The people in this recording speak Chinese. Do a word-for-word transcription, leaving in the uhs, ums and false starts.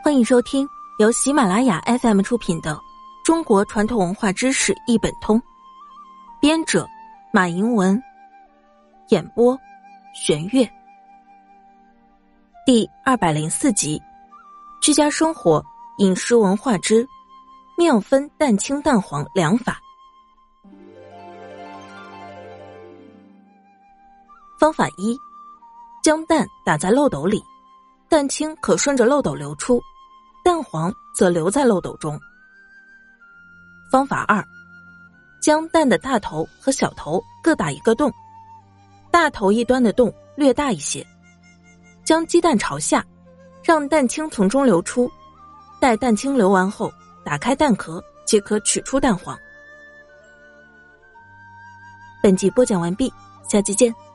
欢迎收听由喜马拉雅 F M 出品的《中国传统文化知识一本通》，编者马迎文，演播玄月。第二百零四集，居家生活饮食文化之妙分蛋清蛋黄两法。方法一，将蛋打在漏斗里，蛋清可顺着漏斗流出，蛋黄则留在漏斗中。方法二，将蛋的大头和小头各打一个洞，大头一端的洞略大一些，将鸡蛋朝下，让蛋清从中流出，待蛋清流完后，打开蛋壳即可取出蛋黄。本集播讲完毕，下期见。